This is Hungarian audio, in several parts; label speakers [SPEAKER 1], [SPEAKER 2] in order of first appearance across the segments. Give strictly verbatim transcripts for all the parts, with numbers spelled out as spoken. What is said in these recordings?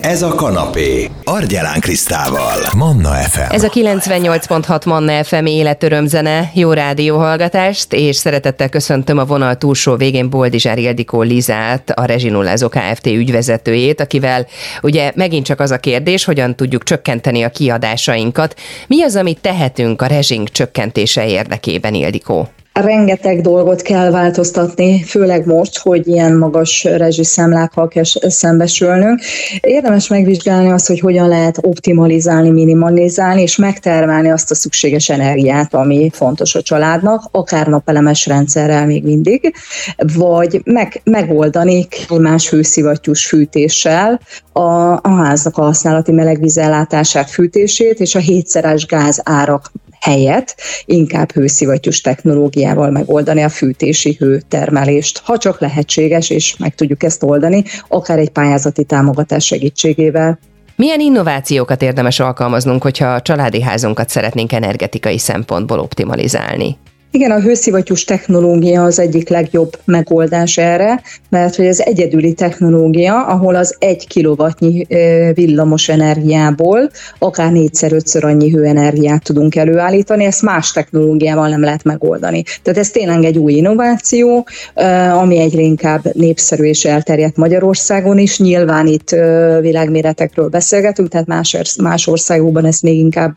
[SPEAKER 1] Ez a kanapé. Argyelán Krisztával. Manna ef em.
[SPEAKER 2] Ez a kilencvennyolc pont hat Manna ef em életörömzene, jó rádióhallgatást, és szeretettel köszöntöm a vonal túlsó végén Boldizsár Ildikó Lizát, a Rezsinullázó Kft. Ügyvezetőjét, akivel ugye megint csak az a kérdés, hogyan tudjuk csökkenteni a kiadásainkat. Mi az, amit tehetünk a rezsink csökkentése érdekében, Ildikó?
[SPEAKER 3] Rengeteg dolgot kell változtatni, főleg most, hogy ilyen magas rezsiszámlákkal kell szembesülnünk. Érdemes megvizsgálni azt, hogy hogyan lehet optimalizálni, minimalizálni, és megtermelni azt a szükséges energiát, ami fontos a családnak, akár napelemes rendszerrel még mindig, vagy meg, megoldani klímás hőszivattyús fűtéssel a, a háznak a használati melegvízellátását, fűtését, és a hétszeres gáz árak helyett inkább hőszivattyús technológiával megoldani a fűtési hőtermelést, ha csak lehetséges, és meg tudjuk ezt oldani, akár egy pályázati támogatás segítségével.
[SPEAKER 2] Milyen innovációkat érdemes alkalmaznunk, hogyha a családi házunkat szeretnénk energetikai szempontból optimalizálni?
[SPEAKER 3] Igen, a hőszivattyús technológia az egyik legjobb megoldás erre, mert hogy ez egyedüli technológia, ahol az egy kilowattnyi villamos energiából akár négyszer-ötször annyi hőenergiát tudunk előállítani, ezt más technológiával nem lehet megoldani. Tehát ez tényleg egy új innováció, ami egyre inkább népszerű és elterjedt Magyarországon is. Nyilván itt világméretekről beszélgetünk, tehát más, más országokban ezt még inkább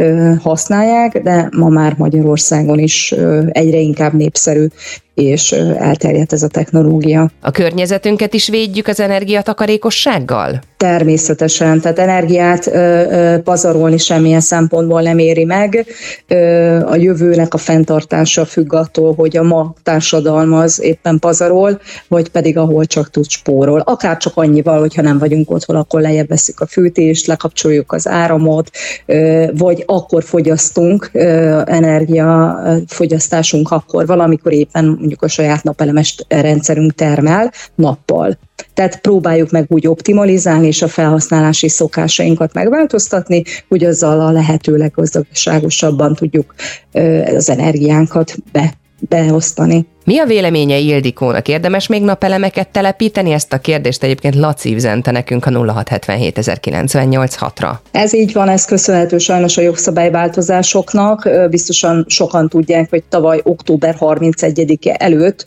[SPEAKER 3] használják, de ma már Magyarországon is egyre inkább népszerű és elterjedt ez a technológia. A
[SPEAKER 2] környezetünket is védjük az energiatakarékossággal?
[SPEAKER 3] Természetesen, tehát energiát ö, ö, pazarolni semmilyen szempontból nem éri meg. Ö, a jövőnek a fenntartása függ attól, hogy a ma társadalma az éppen pazarol, vagy pedig ahol csak tud spórol. Akár csak annyival, hogyha nem vagyunk otthon, akkor lejjebb veszük a fűtést, lekapcsoljuk az áramot, ö, vagy akkor fogyasztunk, ö, energiafogyasztásunk akkor valamikor éppen mondjuk a saját napelemes rendszerünk termel nappal. Tehát próbáljuk meg úgy optimalizálni és a felhasználási szokásainkat megváltoztatni, hogy azzal a lehető leggazdaságosabban tudjuk az energiánkat be, beosztani.
[SPEAKER 2] Mi a véleménye Ildikónak? Érdemes még napelemeket telepíteni? Ezt a kérdést egyébként Laci üzente nekünk a nulla hat hetvenhét ezerkilencszáznyolcvannyolc hatra.
[SPEAKER 3] Ez így van, ez köszönhető sajnos a jogszabályváltozásoknak. Biztosan sokan tudják, hogy tavaly október harmincegyedike előtt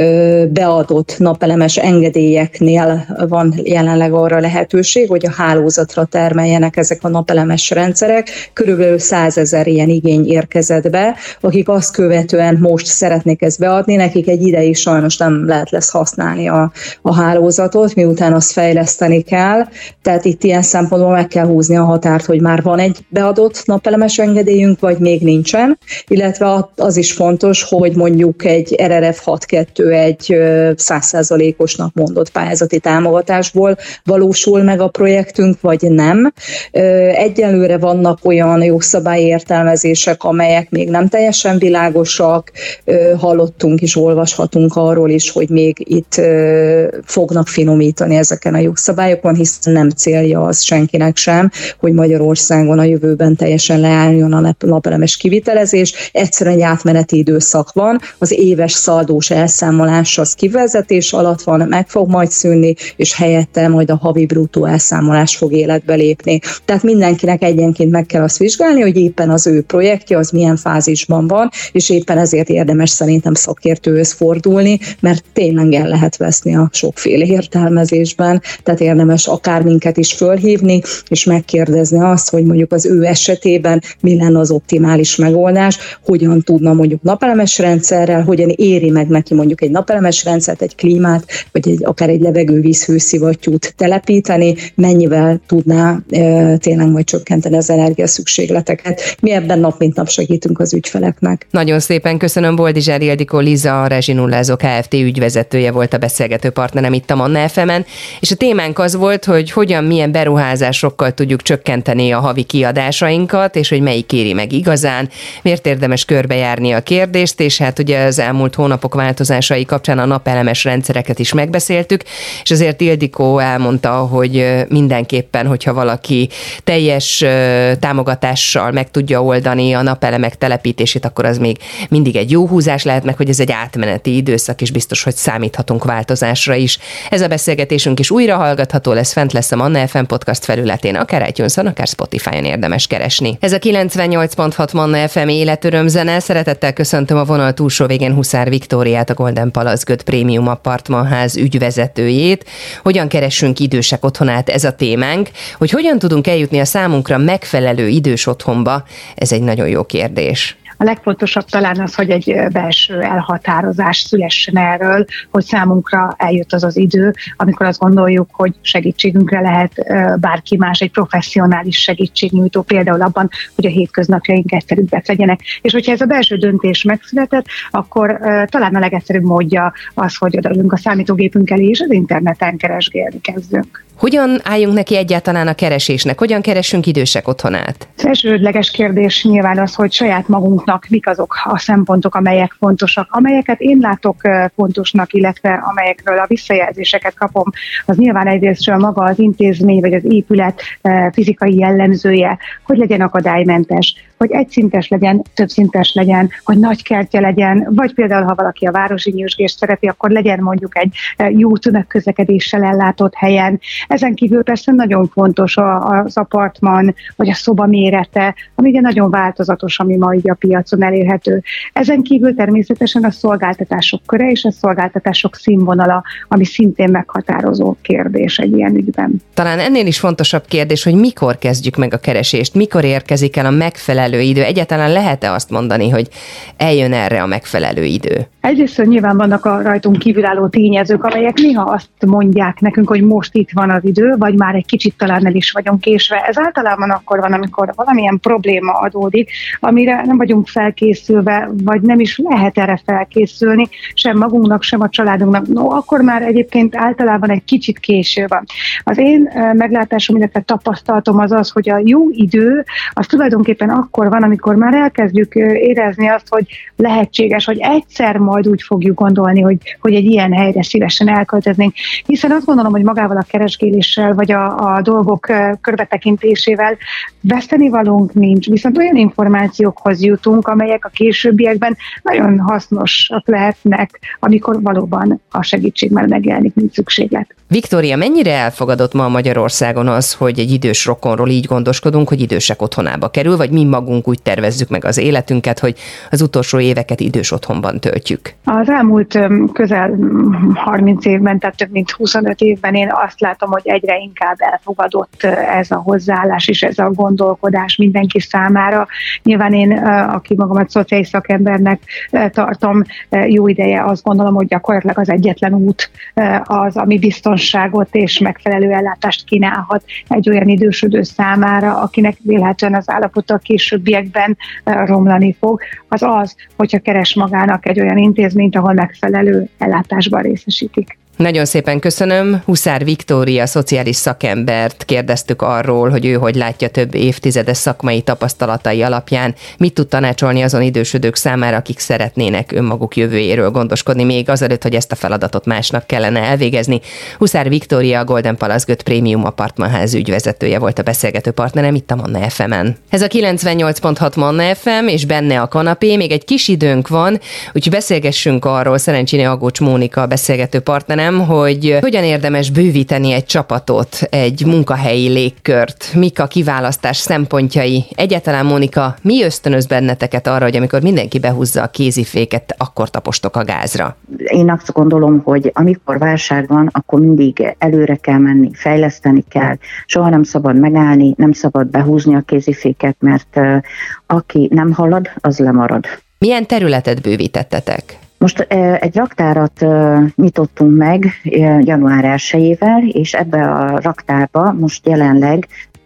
[SPEAKER 3] beadott napelemes engedélyeknél van jelenleg arra lehetőség, hogy a hálózatra termeljenek ezek a napelemes rendszerek. Körülbelül százezer ilyen igény érkezett be, akik azt követően most szeretnék ezt beadni, nekik egy ideig sajnos nem lehet lesz használni a, a hálózatot, miután azt fejleszteni kell, tehát itt ilyen szempontból meg kell húzni a határt, hogy már van egy beadott napelemes engedélyünk, vagy még nincsen, illetve az is fontos, hogy mondjuk egy er er ef hat kettő egy száz százalékosnak mondott pályázati támogatásból valósul meg a projektünk, vagy nem. Egyelőre vannak olyan jogszabályi értelmezések, amelyek még nem teljesen világosak, hallottunk és olvashatunk arról is, hogy még itt ö, fognak finomítani ezeken a jogszabályokon, hiszen nem célja az senkinek sem, hogy Magyarországon a jövőben teljesen leálljon a napelemes kivitelezés. Egyszerűen egy átmeneti időszak van, az éves szaldós elszámolás az kivezetés alatt van, meg fog majd szűnni, és helyette majd a havi bruttó elszámolás fog életbe lépni. Tehát mindenkinek egyenként meg kell azt vizsgálni, hogy éppen az ő projektje az milyen fázisban van, és éppen ezért érdemes szerintem szakértőhöz fordulni, mert tényleg el lehet veszni a sokféle értelmezésben, tehát érdemes akár minket is fölhívni, és megkérdezni azt, hogy mondjuk az ő esetében mi lenne az optimális megoldás, hogyan tudna mondjuk napelemes rendszerrel, hogyan éri meg neki mondjuk egy napelemes rendszert, egy klímát, vagy egy, akár egy levegővíz hőszivattyút telepíteni, mennyivel tudná e, tényleg majd csökkenteni az energiaszükségleteket. Mi ebben nap mint nap segítünk az ügyfeleknek.
[SPEAKER 2] Nagyon szépen köszönöm, Boldizsár Ildikó Liza, a Rezsinullázó Kft. Ügyvezetője volt a beszélgető partnerem itt a Manna ef emen, és a témánk az volt, hogy hogyan, milyen beruházásokkal tudjuk csökkenteni a havi kiadásainkat, és hogy melyik éri meg igazán, miért érdemes körbejárni a kérdést, és hát ugye az elmúlt hónapok változásai kapcsán a napelemes rendszereket is megbeszéltük, és azért Ildikó elmondta, hogy mindenképpen, hogyha valaki teljes támogatással meg tudja oldani a napelemek telepítését, akkor az még mindig egy jó húzás lehet, meg hogy ez egy átmeneti időszak, és biztos, hogy számíthatunk változásra is. Ez a beszélgetésünk is újra hallgatható lesz, fent lesz a Manna ef em podcast felületén, akár iTunes-on, akár Spotify-on érdemes keresni. Ez a kilencvennyolc pont hat Manna ef em életörömzene. Szeretettel köszöntöm a vonal túlsó végén Huszár Viktóriát, a Golden Palace Göd Prémium Apartmanház ügyvezetőjét. Hogyan keressünk idősek otthonát, ez a témánk. Hogy hogyan tudunk eljutni a számunkra megfelelő idős otthonba, ez egy nagyon jó kérdés.
[SPEAKER 4] A legfontosabb talán az, hogy egy belső elhatározás szülessen erről, hogy számunkra eljött az az idő, amikor azt gondoljuk, hogy segítségünkre lehet bárki más, egy professzionális segítségnyújtó, például abban, hogy a hétköznapjaink egyszerűbbek legyenek. És hogyha ez a belső döntés megszületett, akkor talán a legegyszerűbb módja az, hogy odaülünk a számítógépünk elé, és az interneten keresgélni kezdünk.
[SPEAKER 2] Hogyan álljunk neki egyáltalán a keresésnek? Hogyan keressünk idősek otthonát?
[SPEAKER 4] Az elsődleges kérdés nyilván az, hogy saját magunknak mik azok a szempontok, amelyek fontosak, amelyeket én látok fontosnak, illetve amelyekről a visszajelzéseket kapom, az nyilván egyrésztről maga az intézmény vagy az épület fizikai jellemzője, hogy legyen akadálymentes, hogy egyszintes legyen, többszintes legyen, hogy nagy kertje legyen, vagy például, ha valaki a városi nyüzsgést szereti, akkor legyen mondjuk egy jó tömegközlekedéssel ellátott helyen. Ezen kívül persze nagyon fontos az apartman, vagy a szoba mérete, ami ugye nagyon változatos, ami ma így a piacon elérhető. Ezen kívül természetesen a szolgáltatások köre és a szolgáltatások színvonala, ami szintén meghatározó kérdés egy ilyen ügyben.
[SPEAKER 2] Talán ennél is fontosabb kérdés, hogy mikor kezdjük meg a keresést, mikor érkezik el a megfelelő idő. Egyáltalán lehet-e azt mondani, hogy eljön erre a megfelelő idő?
[SPEAKER 4] Egyrészt nyilván vannak a rajtunk kívülálló tényezők, amelyek néha azt mondják nekünk, hogy most itt van az idő, vagy már egy kicsit talán el is vagyunk késve. Ez általában akkor van, amikor valamilyen probléma adódik, amire nem vagyunk felkészülve, vagy nem is lehet erre felkészülni, sem magunknak, sem a családunknak. No, akkor már egyébként általában egy kicsit késő van. Az én meglátásom, illetve tapasztalatom az az, hogy a jó idő, az tulajdonképpen akkor van, amikor már elkezdjük érezni azt, hogy lehetséges, hogy egyszer majd úgy fogjuk gondolni, hogy, hogy egy ilyen helyre szívesen elköltöznénk. Hiszen azt gondolom, hogy magával a keresgéléssel, vagy a, a dolgok körbetekintésével vesztenivalónk nincs, viszont olyan információkhoz jutunk, amelyek a későbbiekben nagyon hasznosak lehetnek, amikor valóban a segítség már megjelenik, mint szükséglet.
[SPEAKER 2] Viktória, mennyire elfogadott ma Magyarországon az, hogy egy idős rokonról így gondoskodunk, hogy idősek otthonába kerül, vagy mi magunk úgy tervezzük meg az életünket, hogy az utolsó éveket idős otthonban töltjük?
[SPEAKER 4] Az elmúlt közel harminc évben, tehát több mint huszonöt évben én azt látom, hogy egyre inkább elfogadott ez a hozzáállás és ez a gondolkodás mindenki számára. Nyilván én, aki magamat szociális szakembernek tartom, jó ideje azt gondolom, hogy gyakorlatilag az egyetlen út az, ami biztonságot és megfelelő ellátást kínálhat egy olyan idősödő számára, akinek vélhetően az állapota a későbbiekben romlani fog, az az, hogyha keres magának egy olyan intézményt, ahol megfelelő ellátásban részesítik.
[SPEAKER 2] Nagyon szépen köszönöm. Huszár Viktória, szociális szakembert kérdeztük arról, hogy ő hogy látja több évtizedes szakmai tapasztalatai alapján, mit tud tanácsolni azon idősödők számára, akik szeretnének önmaguk jövőjéről gondoskodni, még azelőtt, hogy ezt a feladatot másnak kellene elvégezni. Huszár Viktória, a Golden Palace Göd Prémium Apartmanház ügyvezetője volt a beszélgető partnerem itt a Manna ef emen. Ez a kilencvennyolc pont hat Manna ef em, és benne a kanapé, még egy kis időnk van, úgyhogy beszélgessünk arról, Szerencséné Agócs Mónika a beszélgető partnerem, hogy hogyan érdemes bővíteni egy csapatot, egy munkahelyi légkört, mik a kiválasztás szempontjai. Egyáltalán, Mónika, mi ösztönöz benneteket arra, hogy amikor mindenki behúzza a kéziféket, akkor tapostok a gázra?
[SPEAKER 5] Én azt gondolom, hogy amikor válság van, akkor mindig előre kell menni, fejleszteni kell. Soha nem szabad megállni, nem szabad behúzni a kéziféket, mert uh, aki nem halad, az lemarad.
[SPEAKER 2] Milyen területet bővítettetek?
[SPEAKER 5] Most egy raktárat nyitottunk meg január elsejével, és ebbe a raktárba most jelenleg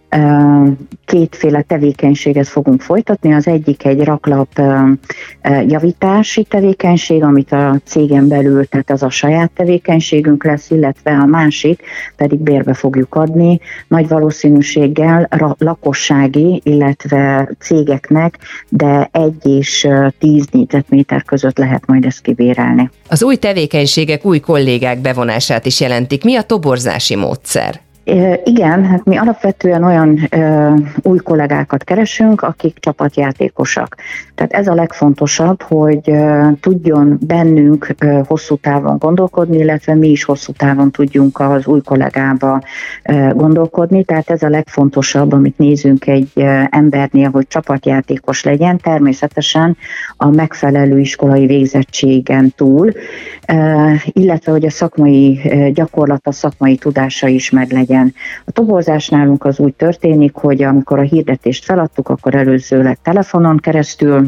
[SPEAKER 5] kétféle tevékenységet fogunk folytatni. Az egyik egy raklap javítási tevékenység, amit a cégen belül, tehát az a saját tevékenységünk lesz, illetve a másik pedig bérbe fogjuk adni, nagy valószínűséggel lakossági, illetve cégeknek, de egy és tíz négyzetméter között lehet majd ezt kibérelni.
[SPEAKER 2] Az új tevékenységek új kollégák bevonását is jelentik. Mi a toborzási módszer?
[SPEAKER 5] Igen, hát mi alapvetően olyan ö, új kollégákat keresünk, akik csapatjátékosak. Tehát ez a legfontosabb, hogy ö, tudjon bennünk ö, hosszú távon gondolkodni, illetve mi is hosszú távon tudjunk az új kollégába ö, gondolkodni. Tehát ez a legfontosabb, amit nézünk egy ö, embernél, hogy csapatjátékos legyen, természetesen a megfelelő iskolai végzettségen túl, ö, illetve hogy a szakmai ö, gyakorlat, a szakmai tudása is meglegyen. A toborzás nálunk az úgy történik, hogy amikor a hirdetést feladtuk, akkor előzőleg telefonon keresztül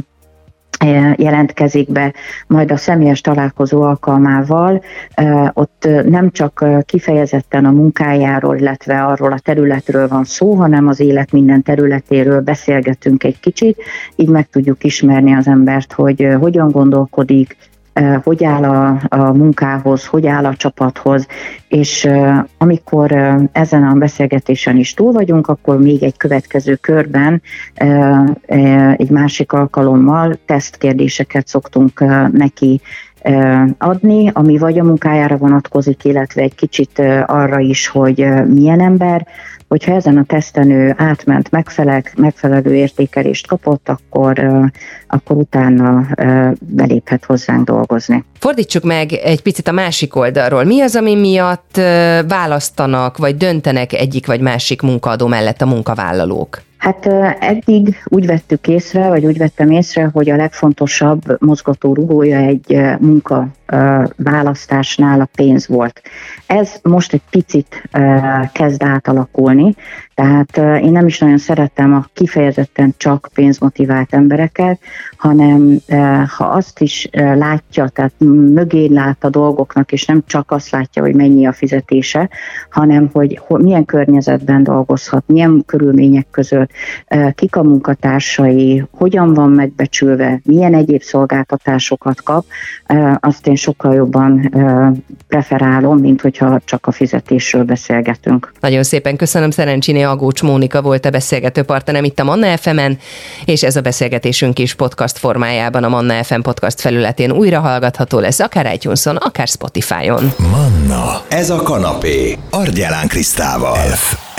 [SPEAKER 5] jelentkezik be, majd a személyes találkozó alkalmával ott nem csak kifejezetten a munkájáról, illetve arról a területről van szó, hanem az élet minden területéről beszélgetünk egy kicsit, így meg tudjuk ismerni az embert, hogy hogyan gondolkodik, hogy áll a, a munkához, hogy áll a csapathoz, és uh, amikor uh, ezen a beszélgetésen is túl vagyunk, akkor még egy következő körben uh, uh, egy másik alkalommal tesztkérdéseket szoktunk uh, neki uh, adni, ami vagy a munkájára vonatkozik, illetve egy kicsit uh, arra is, hogy uh, milyen ember. Hogyha ezen a teszten ő átment, megfelel, megfelelő értékelést kapott, akkor, uh, akkor utána uh, beléphet hozzánk dolgozni.
[SPEAKER 2] Fordítsuk meg egy picit a másik oldalról. Mi az, ami miatt uh, választanak, vagy döntenek egyik vagy másik munkaadó mellett a munkavállalók?
[SPEAKER 5] Hát eddig úgy vettük észre, vagy úgy vettem észre, hogy a legfontosabb mozgató rugója egy munka választásnál a pénz volt. Ez most egy picit kezd átalakulni, tehát én nem is nagyon szeretem a kifejezetten csak pénzmotivált embereket, hanem ha azt is látja, tehát mögé lát a dolgoknak, és nem csak azt látja, hogy mennyi a fizetése, hanem hogy milyen környezetben dolgozhat, milyen körülmények között, kik a munkatársai, hogyan van megbecsülve, milyen egyéb szolgáltatásokat kap, azt én sokkal jobban preferálom, mint hogyha csak a fizetésről beszélgetünk.
[SPEAKER 2] Nagyon szépen köszönöm, Szerencsiné Agócs Mónika volt a beszélgető partnerem itt a Manna ef emen, és ez a beszélgetésünk is podcast formájában a Manna ef em podcast felületén újra hallgatható lesz, akár iTunes-on, akár Spotify-on.
[SPEAKER 1] Manna, ez a kanapé, Argyelán Krisztával. F